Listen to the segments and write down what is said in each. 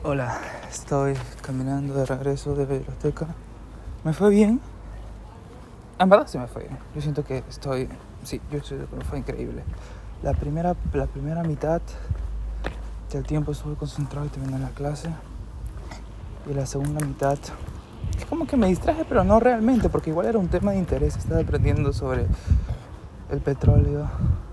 Hola, estoy caminando de regreso de la biblioteca. Me fue bien. En verdad sí me fue bien. Yo siento que me fue increíble. La primera mitad del tiempo estuve concentrado y terminé la clase. Y la segunda mitad es como que me distraje, pero no realmente, porque igual era un tema de interés. Estaba aprendiendo sobre el petróleo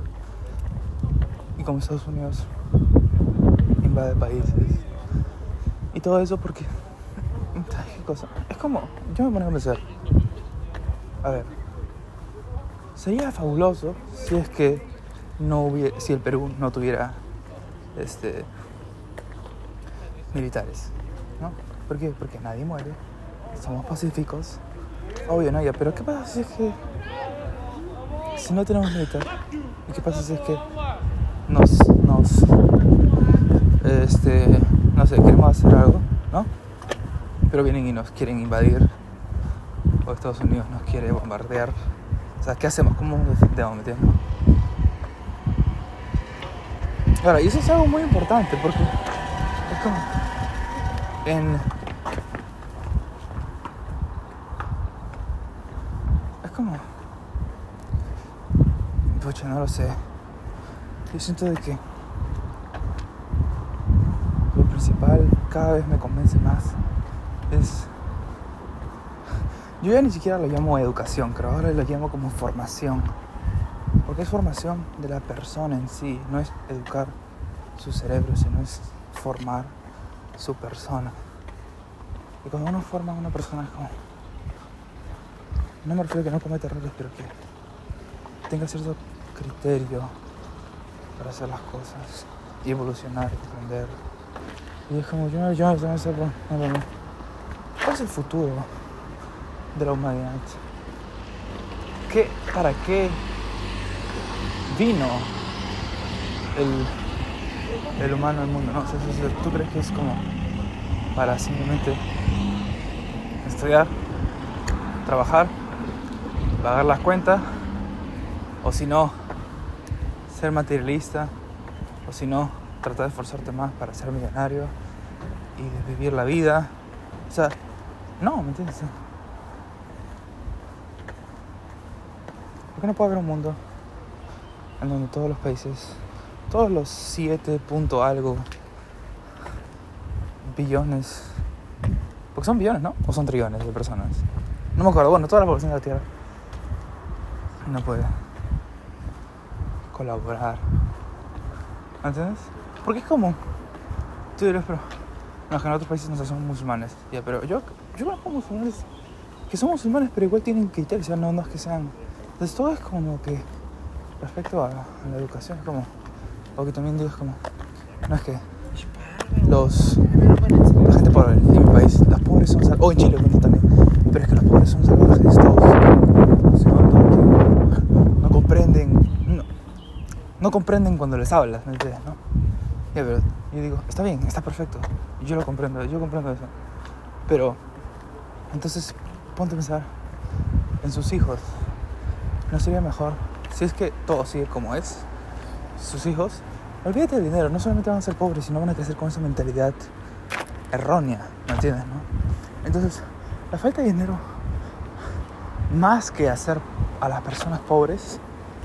y cómo Estados Unidos invade países. Y todo eso porque... ¿Qué cosa? Es como... Yo me pongo a pensar... A ver... Sería fabuloso si es que si el Perú no tuviera... militares, ¿no? ¿Por qué? Porque nadie muere. Somos pacíficos. Obvio, no, ya. Pero ¿qué pasa si es que... Si no tenemos militar? ¿Y qué pasa si es que... No sé, queremos hacer algo, ¿no? Pero vienen y nos quieren invadir, o Estados Unidos nos quiere bombardear. O sea, ¿qué hacemos? ¿Cómo nos defendemos? ¿Me entiendes? Ahora, y eso es algo muy importante porque es como pucha, no lo sé. Yo siento de que lo principal cada vez me convence más es... Yo ya ni siquiera lo llamo educación, creo, ahora lo llamo como formación. Porque es formación de la persona en sí, no es educar su cerebro, sino es formar su persona. Y cuando uno forma a una persona es como... No me refiero a que no cometa errores, pero que tenga cierto criterio para hacer las cosas y evolucionar y aprender. Y es como yo no sé, ¿cuál es el futuro de la humanidad? ¿Para qué vino el humano al mundo? ¿No? O sea, ¿tú crees que es como para simplemente estudiar, trabajar, pagar las cuentas, o si no, ser materialista, o si no, tratar de esforzarte más para ser millonario y de vivir la vida? O sea, no, ¿me entiendes? ¿Por qué no puede haber un mundo en donde todos los países, todos los 7 punto algo billones, porque son billones, ¿no? ¿O son trillones de personas? No me acuerdo. Bueno, toda la población de la Tierra no puede colaborar, ¿entiendes? Porque es como, tú dirás, pero no, que en otros países no son musulmanes, ya, pero yo conozco musulmanes que son musulmanes, pero igual tienen criterios, o sea, no es que sean... Entonces todo es como que respecto a la educación, es como, o que también digas como, no es que la gente pobre en mi país, los pobres son salvajes, o en Chile también, pero es que los pobres son salvajes todos, no comprenden cuando les hablas, ¿me entiendes? ¿No? Ya, pero yo digo, está bien, está perfecto, yo lo comprendo, yo comprendo eso, pero entonces ponte a pensar en sus hijos. ¿No sería mejor si es que todo sigue como es? Sus hijos, olvídate del dinero, no solamente van a ser pobres, sino van a crecer con esa mentalidad errónea, ¿me entiendes? ¿No? Entonces, la falta de dinero, más que hacer a las personas pobres,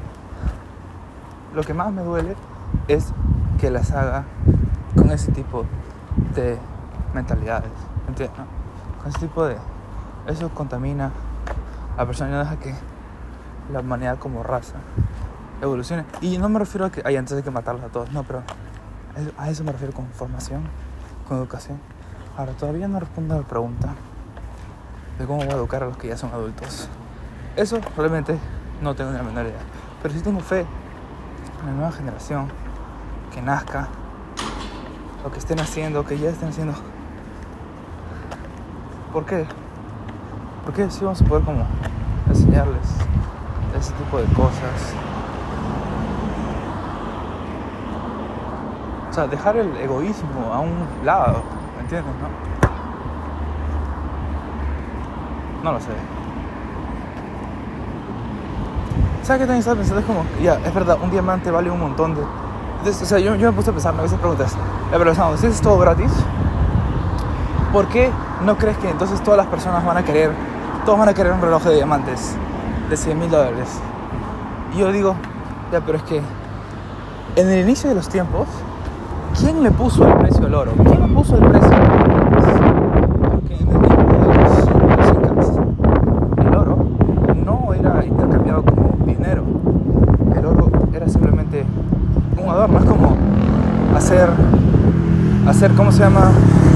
lo que más me duele es que las haga con ese tipo de mentalidades, ¿me entiendes? ¿No? Con ese tipo de... Eso contamina a la persona y no deja que la humanidad como raza evolucione. Y no me refiero a que antes hay que matarlos a todos, no, pero a eso me refiero con formación, con educación. Ahora, todavía no respondo a la pregunta de cómo voy a educar a los que ya son adultos. Eso realmente no tengo ni la menor idea, pero sí tengo fe en la nueva generación que nazca, o que estén haciendo, que ya estén haciendo. ¿Por qué? Porque sí vamos a poder como enseñarles ese tipo de cosas. O sea, dejar el egoísmo a un lado, ¿me entiendes, no? No lo sé. ¿Sabes qué también estaba pensando? Es como, ya, es verdad, un diamante vale un montón de... Entonces, o sea, yo me puse a pensar, ¿no? Esas preguntas. Pero, ¿no? Si es todo gratis, ¿por qué no crees que entonces todas las personas van a querer un reloj de diamantes de $100,000? Y yo digo, ya, pero es que en el inicio de los tiempos, ¿quién le puso el precio al oro? ¿Quién le puso el precio a los diamantes? Porque en el tiempo de los incas, el oro no era intercambiado como dinero. El oro era simplemente un adorno. Es como hacer, ¿cómo se llama?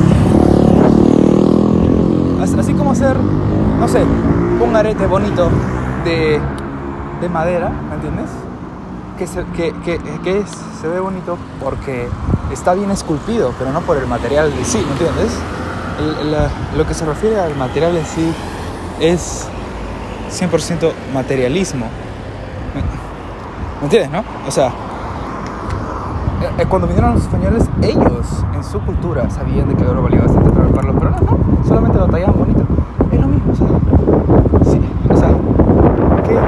Así como hacer, no sé, un arete bonito de madera, ¿me entiendes? Que se ve bonito porque está bien esculpido, pero no por el material en sí, ¿me entiendes? Lo que se refiere al material en sí es 100% materialismo. ¿Me entiendes, no? O sea, cuando vinieron los españoles, ellos en su cultura sabían de que el oro valía bastante trabajarlo, pero no, solamente lo tallaban bonito. Es lo mismo, o sea, sí, o sea, ¿qué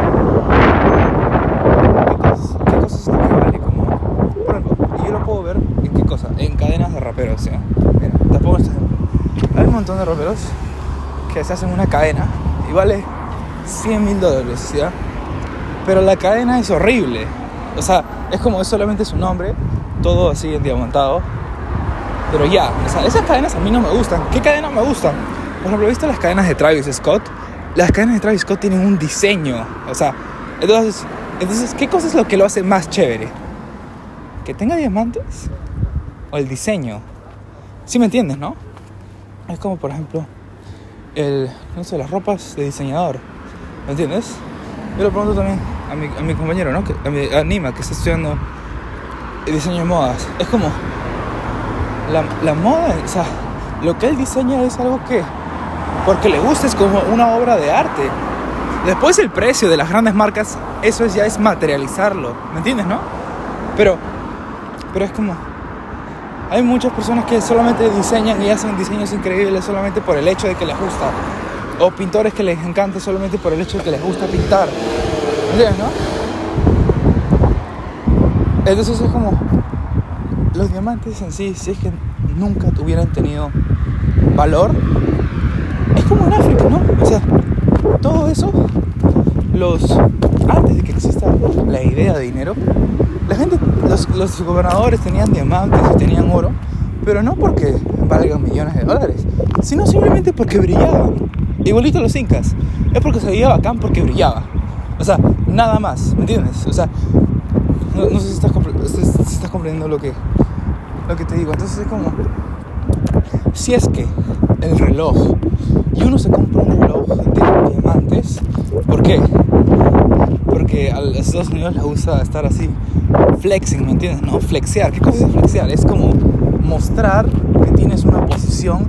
cosas es lo que vale? Como, por ejemplo, y yo lo puedo ver en qué cosa, en cadenas de raperos, ¿sí? Mira, te pongo este ejemplo. Hay un montón de raperos que se hacen una cadena y vale $100,000, ¿sí? Pero la cadena es horrible, o sea, es como, es solamente su nombre, todo así endiamantado. Pero ya, o sea, esas cadenas a mí no me gustan. ¿Qué cadenas me gustan? Por ejemplo, ¿viste las cadenas de Travis Scott? Las cadenas de Travis Scott tienen un diseño. O sea, entonces ¿qué cosa es lo que lo hace más chévere? ¿Que tenga diamantes? ¿O el diseño? ¿Sí me entiendes, no? Es como, por ejemplo, no sé, las ropas de diseñador. ¿Me entiendes? Yo lo pregunto también a mi compañero, ¿no? A Nima, que está estudiando diseño de modas. Es como la moda, o sea, lo que él diseña es algo que, porque le gusta, es como una obra de arte. Después el precio de las grandes marcas, eso ya es materializarlo, ¿me entiendes, no? Pero es como, hay muchas personas que solamente diseñan y hacen diseños increíbles solamente por el hecho de que les gusta, o pintores que les encanta solamente por el hecho de que les gusta pintar, ¿me entiendes, no? Entonces es como, los diamantes en sí, si es que nunca hubieran tenido valor, es como en África, ¿no? O sea, todo eso, antes de que exista la idea de dinero, la gente, los gobernadores tenían diamantes y tenían oro, pero no porque valgan millones de dólares, sino simplemente porque brillaban. Igualito los incas, es porque se veía bacán porque brillaba. O sea, nada más, ¿me entiendes? O sea, no sé si estás comprendiendo lo que te digo. Entonces es como, si es que el reloj, y uno se compra un reloj de diamantes, ¿por qué? Porque a los Estados Unidos les gusta estar así flexing, ¿me entiendes? No, flexear. ¿Qué cosa es flexear? Es como mostrar que tienes una posesión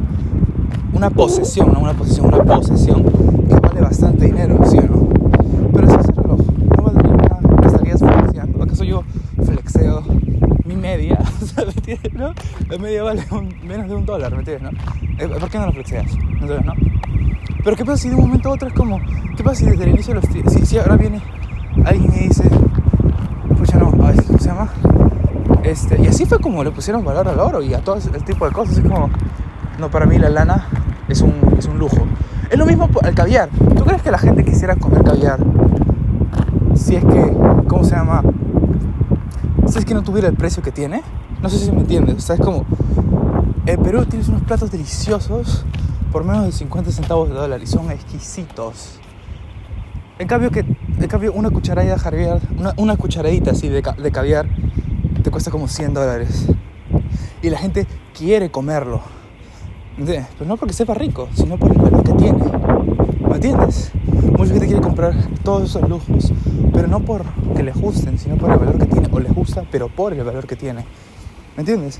que vale bastante dinero, ¿sí o no? Pero si ese reloj no valdría nada, estarías flexeando. ¿Acaso yo flexeo mi media? ¿Me entiendes, no? La media vale menos de $1, ¿me entiendes, no? ¿Por qué no lo flexeas? Entonces, ¿no? Pero ¿qué pasa si de un momento a otro es como, ¿qué pasa si desde el inicio de los tiempos, si ahora viene alguien y dice, pucha, no, a ver, ¿cómo se llama? Y así fue como le pusieron valor al oro y a todo el tipo de cosas. Es como, no, para mí la lana es un lujo. Es lo mismo al caviar. ¿Tú crees que la gente quisiera comer caviar si es que, ¿cómo se llama? Si es que no tuviera el precio que tiene? No sé si me entiendes. O sea, es como, en Perú tienes unos platos deliciosos por menos de 50 centavos de dólar y son exquisitos. En cambio una cucharadita de caviar, una cucharadita así de caviar te cuesta como $100. Y la gente quiere comerlo. ¿Me entiendes? Pero no porque sepa rico, sino por el valor que tiene. ¿Me entiendes? Mucha gente quiere comprar todos esos lujos, pero no porque les gusten, sino por el valor que tiene. O les gusta, pero por el valor que tiene. ¿Me entiendes?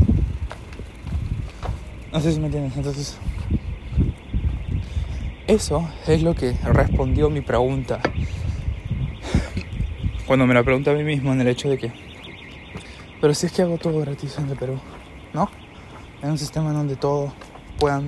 No sé si me entiendes. Entonces, eso es lo que respondió mi pregunta. Cuando me la pregunté a mí mismo, en el hecho de que, pero si es que hago todo gratis en el Perú, ¿no? En un sistema en donde todos puedan,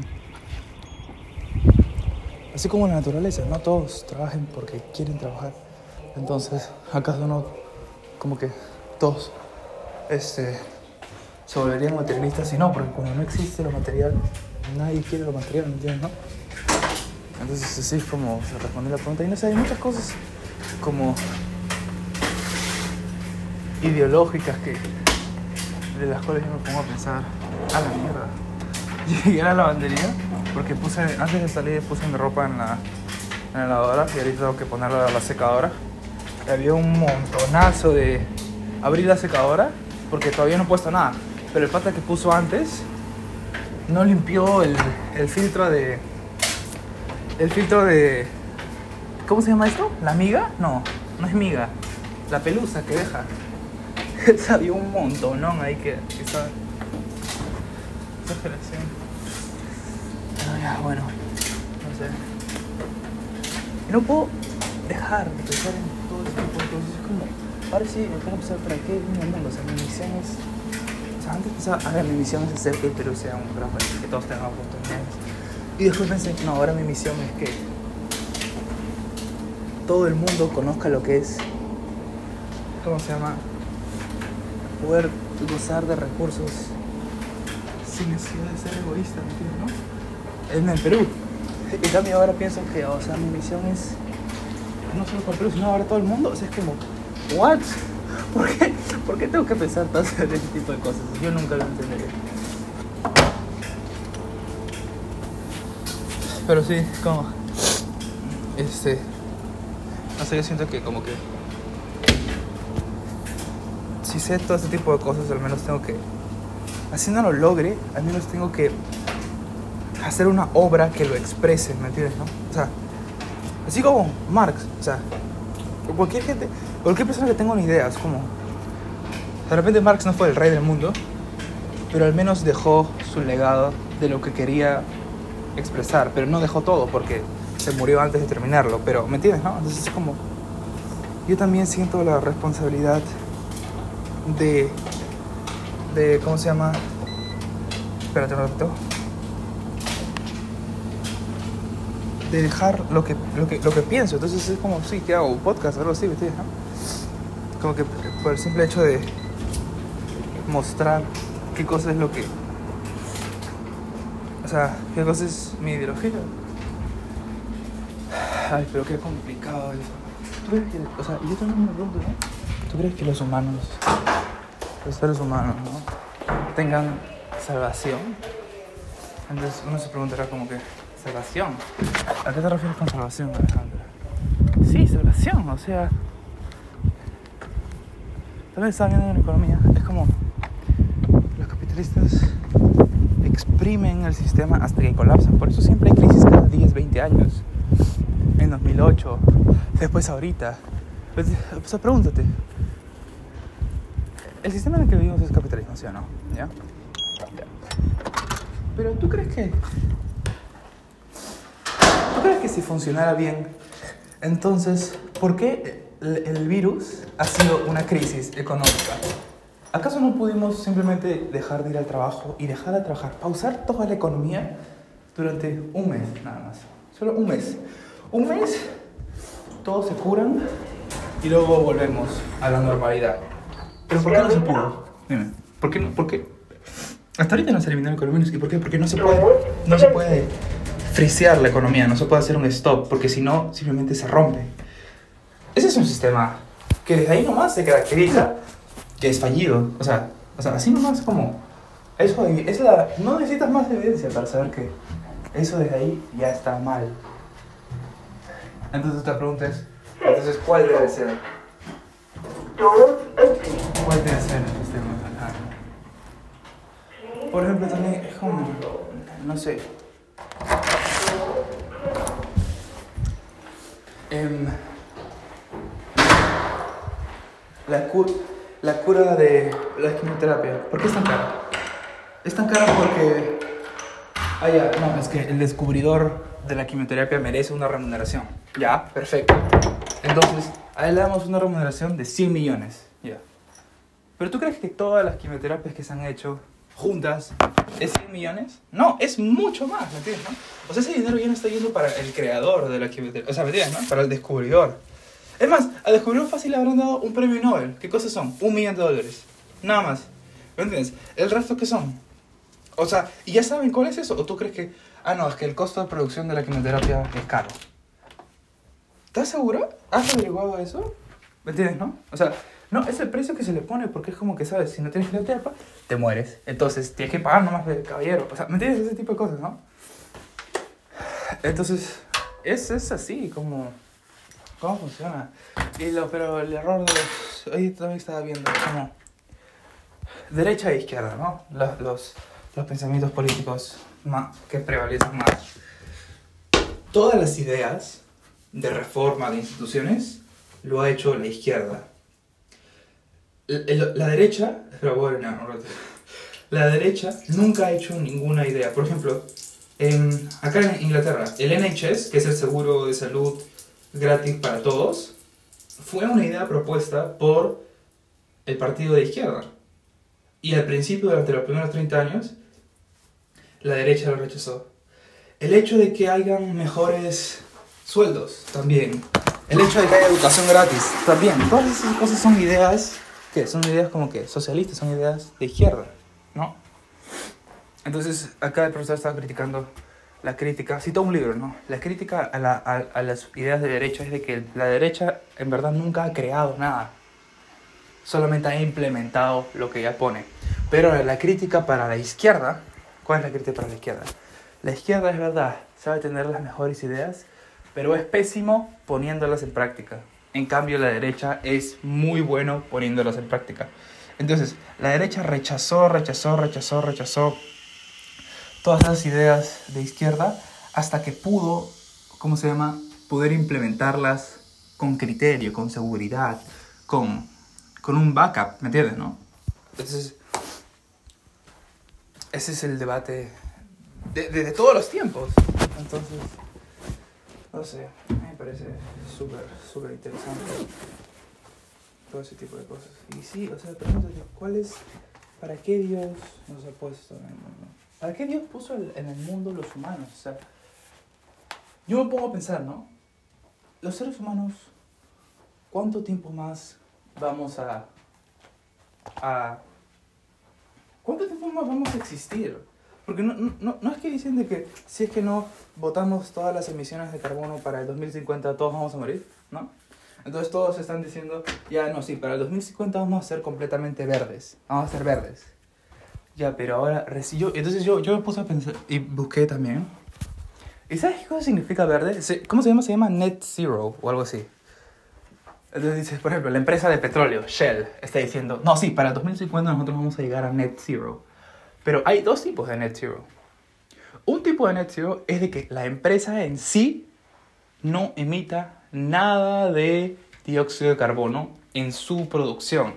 así como la naturaleza, no todos trabajen porque quieren trabajar. Entonces, ¿acaso no, como que todos se volverían materialistas y no, porque cuando no existe lo material, nadie quiere lo material, ¿me entiendes, no? Entonces así es como se responde la pregunta. Y no sé, hay muchas cosas como ideológicas de las cuales yo me pongo a pensar, a la mierda. Llegué a la lavandería porque antes de salir puse mi ropa en la lavadora y ahorita tengo que ponerla a la secadora. Y había un montonazo de... Abrí la secadora porque todavía no he puesto nada, pero el pata que puso antes no limpió el filtro de... ¿Cómo se llama esto? ¿La miga? No es miga. La pelusa que deja. Había un montonón ahí que está... Exageración. Pero ya, bueno, no sé. Y no puedo dejar de pensar en todo ese tipo de cosas. Es como, ahora sí me pongo a pensar, ¿para qué vine al mundo? O sea, mi misión es... O sea, antes pensaba, mi misión es hacer que el Perú sea un gran país, que todos tengan oportunidades. Y después pensé, no, ahora mi misión es que todo el mundo conozca lo que es, ¿cómo se llama? Poder gozar de recursos sin necesidad de ser egoísta, ¿me entiendes, no? En el Perú. En cambio ahora pienso que, o sea, mi misión es no solo para el Perú, sino ahora todo el mundo. O sea, es como, ¿what? ¿Por qué tengo que pensar tanto en ese tipo de cosas? Yo nunca lo entenderé. Pero sí, como... No sé, yo siento que como que... Si sé todo este tipo de cosas, al menos tengo que... Así no lo logre, al menos tengo que hacer una obra que lo exprese, ¿me entiendes, no? O sea, así como Marx, o sea, cualquier persona que tenga una idea, es como... De repente Marx no fue el rey del mundo, pero al menos dejó su legado de lo que quería expresar, pero no dejó todo porque se murió antes de terminarlo, pero ¿me entiendes, no? Entonces es como... Yo también siento la responsabilidad de ¿cómo se llama? Espérate un ratito. De dejar lo que pienso. Entonces es como, sí, ¿qué hago? ¿Un podcast? Algo así, ¿viste? ¿No? Como que por el simple hecho de mostrar qué cosa es lo que... O sea, qué cosa es mi ideología. Ay, pero qué complicado eso. ¿Tú crees que... O sea, yo también me pregunto, ¿no? ¿Tú crees que los humanos, los seres humanos, ¿no? tengan salvación? Entonces uno se preguntará como que, ¿salvación? ¿A qué te refieres con salvación, Alejandra? Sí, salvación, o sea... Tal vez estaba viendo en economía, es como... Los capitalistas exprimen el sistema hasta que colapsan. Por eso siempre hay crisis cada 10, 20 años. En 2008, después ahorita. Pues, o sea, pregúntate. El sistema en el que vivimos es capitalismo, ¿sí o no? ¿Ya? Pero ¿tú crees que si funcionara bien, entonces, ¿por qué el virus ha sido una crisis económica? ¿Acaso no pudimos simplemente dejar de ir al trabajo y dejar de trabajar, pausar toda la economía durante un mes nada más? Solo un mes. Un mes, todos se curan y luego volvemos a la normalidad. ¿Pero por qué no se pudo? Dime, ¿por qué? Hasta ahorita no se eliminaron el coronavirus. ¿Y por qué? Porque no se puede frisear la economía, no se puede hacer un stop, porque si no, simplemente se rompe. Ese es un sistema que desde ahí nomás se caracteriza que es fallido. O sea así nomás como... no necesitas más evidencia para saber que eso desde ahí ya está mal. Entonces te preguntas, entonces ¿cuál debe ser? ¿Cuál debe ser el sistema? Por ejemplo, también es como, no sé, la cura de la quimioterapia. ¿Por qué es tan cara? Es tan cara porque... es que el descubridor de la quimioterapia merece una remuneración. Ya, perfecto. Entonces, a él le damos una remuneración de 100 millones. Ya. ¿Pero tú crees que todas las quimioterapias que se han hecho juntas es 100 millones? No, es mucho más, ¿me entiendes, no? O sea, ese dinero ya no está yendo para el creador de la quimioterapia. O sea, ¿me entiendes, no? Para el descubridor. Es más, al descubridor fácil le habrán dado un premio Nobel. ¿Qué cosas son? $1 millón. Nada más. ¿Me entiendes? ¿El resto qué son? O sea, ¿y ya saben cuál es eso? ¿O tú crees que, no, es que el costo de producción de la quimioterapia es caro? ¿Estás seguro? ¿Has averiguado eso? ¿Me entiendes, no? O sea, no, es el precio que se le pone porque es como que, ¿sabes? Si no tienes quimioterapia, te mueres. Entonces, tienes que pagar nomás, caballero. O sea, ¿me entiendes? Ese tipo de cosas, ¿no? Entonces, es así como... ¿Cómo funciona? Pero el error de los... Hoy también estaba viendo como... Derecha e izquierda, ¿no? Los pensamientos políticos que prevalecen más. Todas las ideas de reforma de instituciones lo ha hecho la izquierda. La derecha... Espera, voy a orinar un rato. La derecha nunca ha hecho ninguna idea. Por ejemplo, acá en Inglaterra, el NHS, que es el seguro de salud gratis para todos, fue una idea propuesta por el partido de izquierda. Y al principio, durante los primeros 30 años, la derecha lo rechazó. El hecho de que hayan mejores sueldos, también. El hecho de que haya educación gratis, también. Todas esas cosas son ideas, ¿qué? Son ideas como que socialistas, son ideas de izquierda, ¿no? Entonces, acá el profesor estaba criticando la crítica, citó un libro, ¿no? La crítica a las ideas de derecha es de que la derecha en verdad nunca ha creado nada. Solamente ha implementado lo que ya pone. Pero la crítica para la izquierda, ¿cuál es la crítica para la izquierda? La izquierda es verdad, sabe tener las mejores ideas, pero es pésimo poniéndolas en práctica. En cambio, la derecha es muy bueno poniéndolas en práctica. Entonces, la derecha rechazó todas esas ideas de izquierda hasta que pudo, poder implementarlas con criterio, con seguridad, con un backup, ¿me entiendes, no? Entonces, ese es el debate de todos los tiempos. Entonces, no sé, a mí me parece súper interesante todo ese tipo de cosas. Y sí, o sea, pregúntate, ¿para qué Dios nos ha puesto en el mundo? ¿Para qué Dios puso en el mundo los humanos? O sea, yo me pongo a pensar, ¿no? Los seres humanos, ¿cuánto tiempo más vamos ¿cuánto tiempo más vamos a existir? Porque no es que dicen de que si es que no botamos todas las emisiones de carbono para el 2050 todos vamos a morir, ¿no? Entonces todos están diciendo, ya no, sí, para el 2050 vamos a ser completamente verdes, vamos a ser verdes. Ya, pero ahora, entonces yo me puse a pensar y busqué también. ¿Y sabes qué cosa significa verde? ¿Cómo se llama? Se llama net zero o algo así. Entonces dices, por ejemplo, la empresa de petróleo, Shell, está diciendo, no, sí, para el 2050 nosotros vamos a llegar a net zero. Pero hay dos tipos de net zero. Un tipo de net zero es de que la empresa en sí no emita nada de dióxido de carbono en su producción.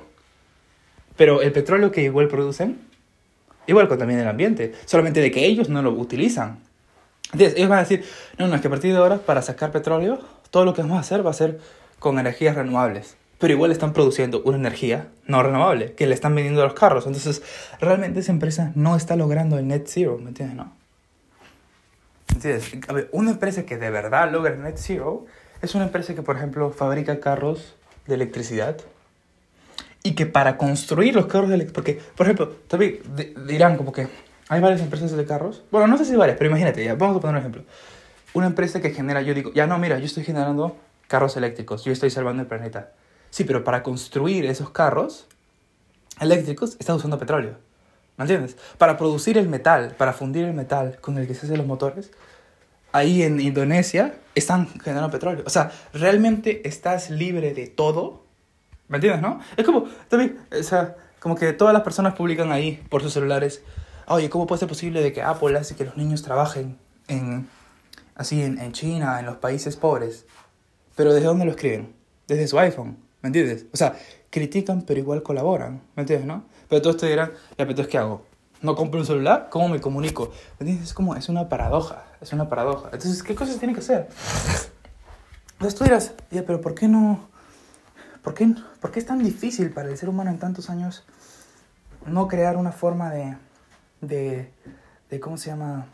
Pero el petróleo que igual producen, igual contamina el ambiente, solamente de que ellos no lo utilizan. Entonces, ellos van a decir, no, es que a partir de ahora, para sacar petróleo, todo lo que vamos a hacer va a ser con energías renovables. Pero igual están produciendo una energía no renovable, que le están vendiendo a los carros. Entonces, realmente esa empresa no está logrando el net zero, ¿me entiendes, no? ¿Entiendes? A ver, una empresa que de verdad logra el net zero es una empresa que, por ejemplo, fabrica carros de electricidad. Y que para construir los carros de electricidad... Porque, por ejemplo, también dirán como que hay varias empresas de carros. Bueno, no sé si varias, pero imagínate, ya, vamos a poner un ejemplo. Una empresa que genera, yo digo, ya no, mira, yo estoy generando carros eléctricos, yo estoy salvando el planeta. Sí, pero para construir esos carros eléctricos está usando petróleo. ¿Me entiendes? Para producir el metal, para fundir el metal con el que se hacen los motores, ahí en Indonesia están generando petróleo. O sea, realmente estás libre de todo. ¿Me entiendes, no? Es como, también, o sea, como que todas las personas publican ahí por sus celulares, oye, ¿cómo puede ser posible de que Apple hace que los niños trabajen en China, en los países pobres? Pero ¿desde dónde lo escriben? Desde su iPhone, ¿me entiendes? O sea, critican pero igual colaboran, ¿me entiendes, no? Pero todos te dirán, ya, pero entonces, ¿qué hago? ¿No compro un celular? ¿Cómo me comunico? ¿Me entiendes? Es una paradoja, es una paradoja. Entonces, ¿qué cosas tienen que hacer? Entonces tú dirás, ya, pero ¿por qué no? ¿Por qué es tan difícil para el ser humano en tantos años no crear una forma de ¿cómo se llama?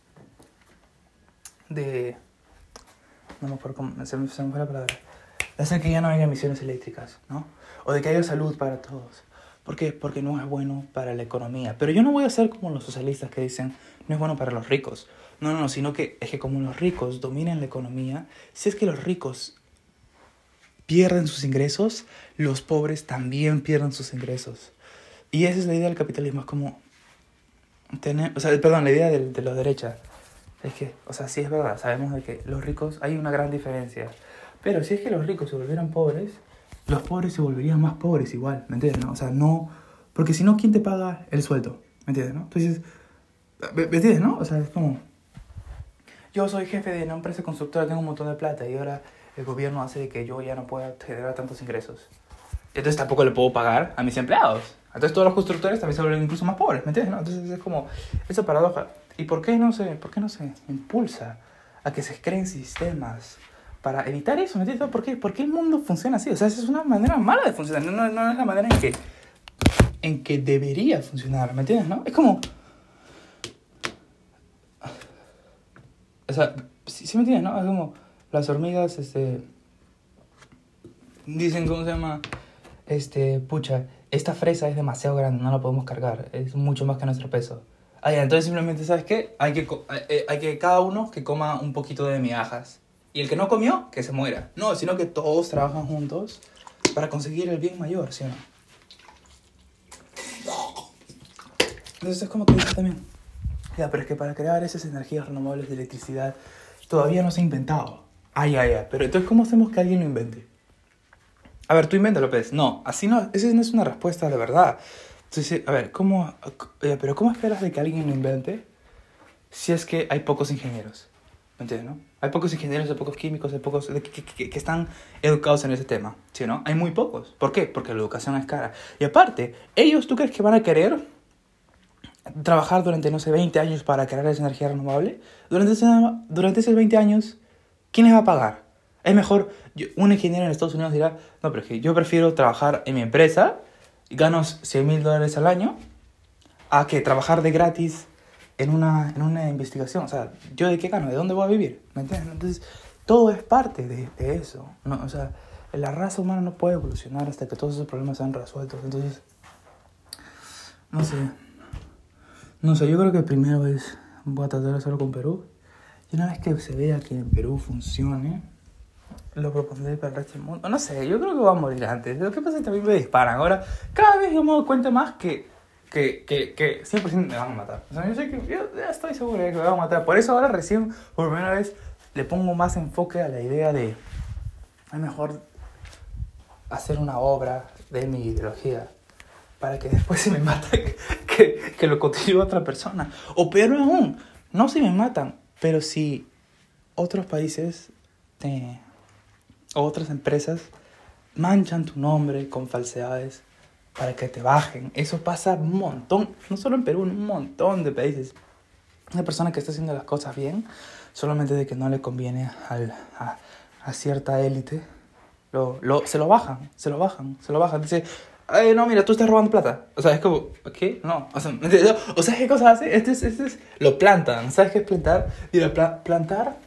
No me acuerdo cómo, se me fue la palabra. De hacer que ya no haya emisiones eléctricas, ¿no? O de que haya salud para todos. ¿Por qué? Porque no es bueno para la economía. Pero yo no voy a ser como los socialistas que dicen no es bueno para los ricos. No, sino que es que como los ricos dominan la economía, si es que los ricos pierden sus ingresos, los pobres también pierden sus ingresos. Y esa es la idea del capitalismo, es como tener, la idea de la derecha. Es que, sí es verdad, sabemos de que los ricos, hay una gran diferencia. Pero si es que los ricos se volvieran pobres, los pobres se volverían más pobres igual, ¿me entiendes? ¿No? No, porque si no, ¿quién te paga el sueldo? ¿Me entiendes? ¿No? Entonces, ¿me entiendes? ¿No? Es como, yo soy jefe de una empresa constructora, tengo un montón de plata y ahora el gobierno hace de que yo ya no pueda generar tantos ingresos. Entonces tampoco le puedo pagar a mis empleados. Entonces todos los constructores también se vuelven incluso más pobres, ¿me entiendes? ¿No? Entonces es como esa paradoja. ¿Y por qué no se impulsa a que se creen sistemas para evitar eso? ¿Me entiendes? ¿Por qué el mundo funciona así? Esa es una manera mala de funcionar. No es la manera en que debería funcionar, ¿me entiendes? ¿No? Es como... ¿sí me entiendes? ¿No? Es como las hormigas, dicen, ¿cómo se llama? Pucha, esta fresa es demasiado grande, no la podemos cargar, es mucho más que nuestro peso. Entonces simplemente, ¿sabes qué? Hay que cada uno que coma un poquito de migajas. Y el que no comió, que se muera. No, sino que todos trabajan juntos para conseguir el bien mayor, ¿sí o no? Entonces es como que dice también, pero es que para crear esas energías renovables de electricidad todavía no se ha inventado. Pero entonces, ¿cómo hacemos que alguien lo invente? A ver, tú invéntalo, pues. No, así no, esa no es una respuesta de verdad. Entonces, a ver, ¿cómo esperas de que alguien lo invente si es que hay pocos ingenieros? ¿Me entiendes, no? Hay pocos ingenieros, hay pocos químicos, hay pocos que están educados en ese tema, ¿sí o no? Hay muy pocos. ¿Por qué? Porque la educación es cara. Y aparte, ¿tú crees que van a querer trabajar durante, 20 años para crear esa energía renovable? Durante esos 20 años, ¿quién les va a pagar? Es mejor, un ingeniero en Estados Unidos dirá, no, pero es que yo prefiero trabajar en mi empresa y gano $100,000 al año a que trabajar de gratis en una investigación. ¿yo de qué gano? ¿De dónde voy a vivir? ¿Me entiendes? Entonces, todo es parte de eso, ¿no? La raza humana no puede evolucionar hasta que todos esos problemas sean resueltos. Entonces, no sé, yo creo que primero voy a tratar de hacerlo con Perú. Y una vez que se vea que en Perú funcione, lo propondré para el resto del mundo. No sé, yo creo que voy a morir antes. Lo que pasa es que también me disparan. Ahora, cada vez yo me doy cuenta más que 100% me van a matar. Yo sé que yo ya estoy seguro de que me van a matar. Por eso ahora recién, por primera vez, le pongo más enfoque a la idea de es mejor hacer una obra de mi ideología para que después si me mata que lo continúe otra persona. O peor aún, no si me matan, pero si otros países o otras empresas manchan tu nombre con falsedades para que te bajen. Eso pasa un montón, no solo en Perú, en un montón de países. Una persona que está haciendo las cosas bien, solamente de que no le conviene a cierta élite, se lo bajan. Dice, no, mira, tú estás robando plata. Es como, ¿qué? No. ¿Qué cosa hace? Lo plantan. ¿Sabes qué es plantar? Mira, plantar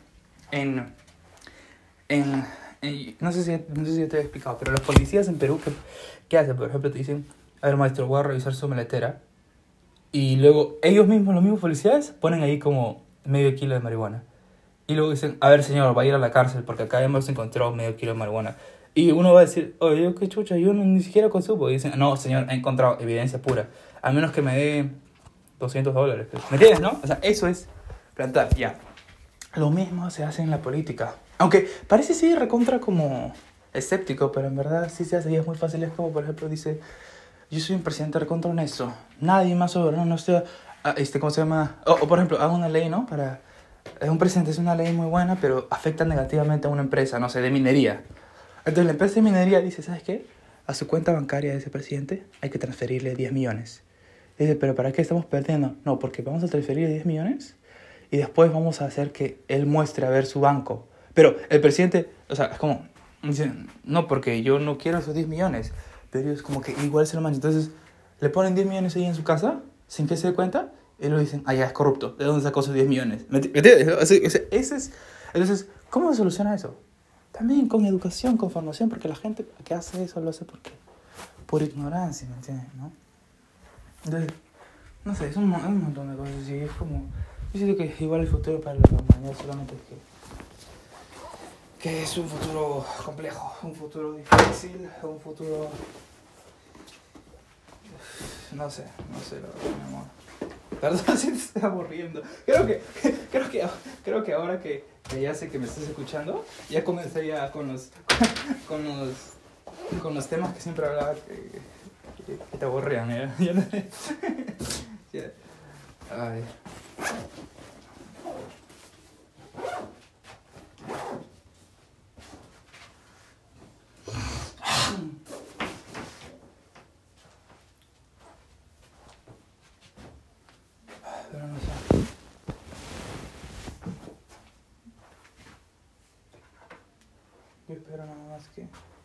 no sé si te he explicado, pero los policías en Perú, ¿qué hacen? Por ejemplo, te dicen, a ver, maestro, voy a revisar su maletera. Y luego ellos mismos, los mismos policías, ponen ahí como medio kilo de marihuana. Y luego dicen, a ver, señor, va a ir a la cárcel porque acá hemos encontrado medio kilo de marihuana. Y uno va a decir, oye, qué chucha, yo ni siquiera consumo. Y dicen, no, señor, he encontrado evidencia pura. A menos que me dé $200. ¿Me entiendes, no? Eso es plantar, ya. Lo mismo se hace en la política. Aunque parece sí recontra como escéptico, pero en verdad sí se hace y es muy fácil. Es como, por ejemplo, dice, yo soy un presidente recontra honesto. Nadie más soberano, no estoy... ¿cómo se llama? O por ejemplo, hago una ley, ¿no? Un presidente es una ley muy buena, pero afecta negativamente a una empresa, no sé, de minería. Entonces la empresa de minería dice, ¿sabes qué? A su cuenta bancaria de ese presidente hay que transferirle 10 millones. Dice, ¿pero para qué estamos perdiendo? No, porque vamos a transferirle 10 millones y después vamos a hacer que él muestre a ver su banco. Pero el presidente, es como, dice, no, porque yo no quiero esos 10 millones. Pero ellos como que igual se lo mandan. Entonces le ponen 10 millones ahí en su casa, sin que se dé cuenta, y luego dicen, ya es corrupto. ¿De dónde sacó esos 10 millones? ¿Me entiendes? Entonces, ¿cómo se soluciona eso? También con educación, con formación, porque la gente que hace eso lo hace por ignorancia, ¿me entiendes? ¿No? Entonces, no sé, es un montón de cosas y es como... Yo siento que igual el futuro para la humanidad solamente es que es un futuro complejo, un futuro difícil, un futuro... No sé, la verdad, mi amor. Perdón si te estoy aburriendo. Creo que ahora que ya sé que me estás escuchando, ya comencé ya con los temas que siempre hablaba que te aburrían, ¿eh? Ya no- ya. Ay. Pero no sé. Yo espero nada más que...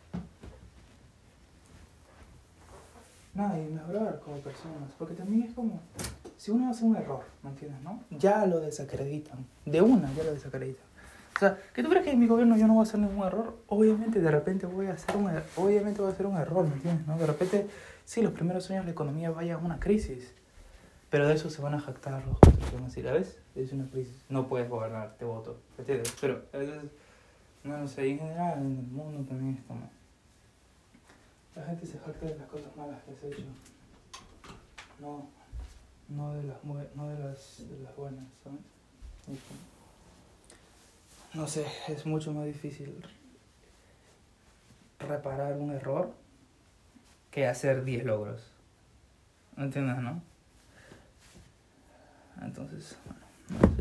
Nada, y mejorar como personas. Porque también es como... Si uno hace un error, ¿me entiendes, no? Ya lo desacreditan. De una ya lo desacreditan. O sea, ¿qué tú crees que en mi gobierno yo no voy a hacer ningún error? Obviamente, de repente voy a hacer un error, ¿me entiendes, no? De repente, sí, los primeros años la economía vaya a una crisis. Pero de eso se van a jactar los otros. Van a decir, ¿ves? Es una crisis. No puedes gobernar, te voto. ¿Me entiendes? Pero, no sé, en general, en el mundo también es como... La gente se jacta de las cosas malas que has hecho. No de las buenas, ¿sabes? No sé, es mucho más difícil reparar un error que hacer 10 logros. ¿Me entiendes, no? Entonces, bueno, no sé.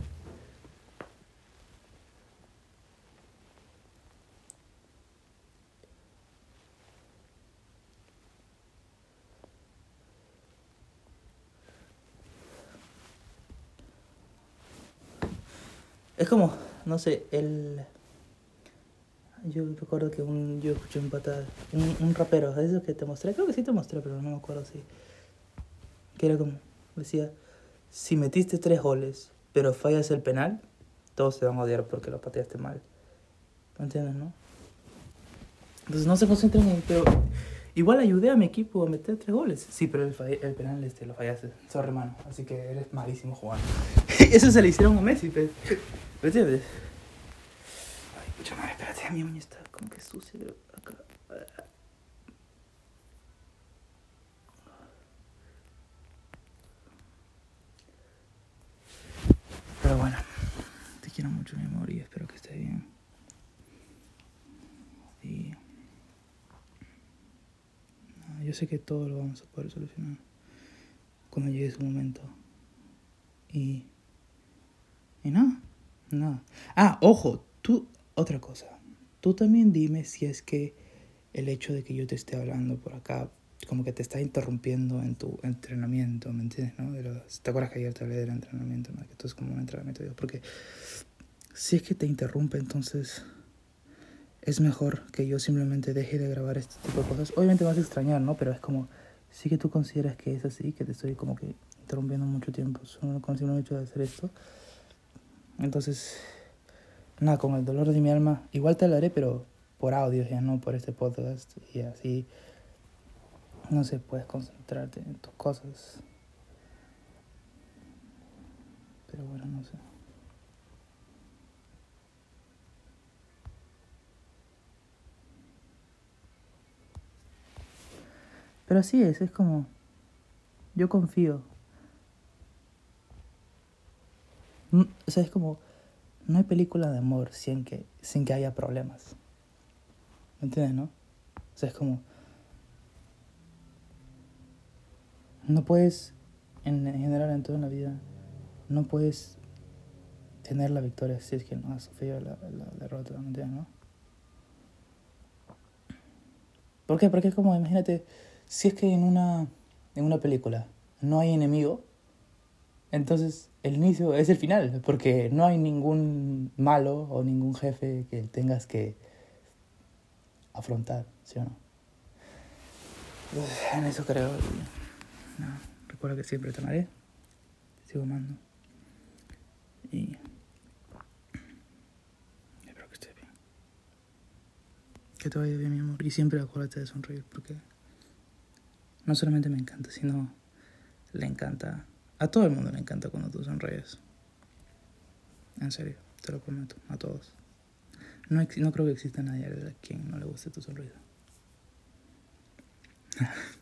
Es como, no sé, yo recuerdo que yo escuché un rapero, eso que te mostré, creo que sí te mostré, pero no me acuerdo si... Que era como, decía, si metiste 3 goles, pero fallas el penal, todos te van a odiar porque lo pateaste mal. ¿Me entiendes, no? Entonces no se concentren en... Pero igual ayudé a mi equipo a meter 3 goles. Sí, pero el penal lo fallaste. Sorry, hermano. Así que eres malísimo jugando. Eso se le hicieron a Messi, ¿me entiendes? Ay, escucha, madre, espérate, mi uña está como que sucia de acá. Pero bueno, te quiero mucho, mi amor, y espero que estés bien. Y yo sé que todo lo vamos a poder solucionar cuando llegue su momento. Y nada. Ah, ojo, otra cosa. Tú también dime si es que el hecho de que yo te esté hablando por acá, como que te está interrumpiendo en tu entrenamiento, ¿me entiendes, no? ¿Te acuerdas que ayer te hablé del entrenamiento, no? Que esto es como un entrenamiento, porque si es que te interrumpe, entonces es mejor que yo simplemente deje de grabar este tipo de cosas. Obviamente me vas a extrañar, ¿no? Pero es como, sí que tú consideras que es así, que te estoy como que interrumpiendo mucho tiempo solo con el simple hecho de hacer esto. Entonces, nada, con el dolor de mi alma, igual te hablaré, pero por audio, ya no por este podcast. Y así, no sé, puedes concentrarte en tus cosas. Pero bueno, no sé. Pero así es como, yo confío. O sea, es como, no hay película de amor sin que haya problemas. ¿Me entiendes, no? O sea, es como, no puedes, en general en toda la vida, no puedes tener la victoria si es que no has sufrido la derrota, ¿me entiendes, no? ¿Por qué? Porque es como, imagínate, si es que en una película no hay enemigo, entonces el inicio es el final, porque no hay ningún malo o ningún jefe que tengas que afrontar, ¿sí o no? En eso creo. No, recuerda que siempre te amaré, te sigo amando y espero que estés bien. Que te vaya bien, mi amor, y siempre acuérdate de sonreír, porque No solamente me encanta, sino le encanta. A todo el mundo le encanta cuando tú sonríes. En serio, te lo prometo, a todos. No creo que exista nadie a quien no le guste tu sonrisa.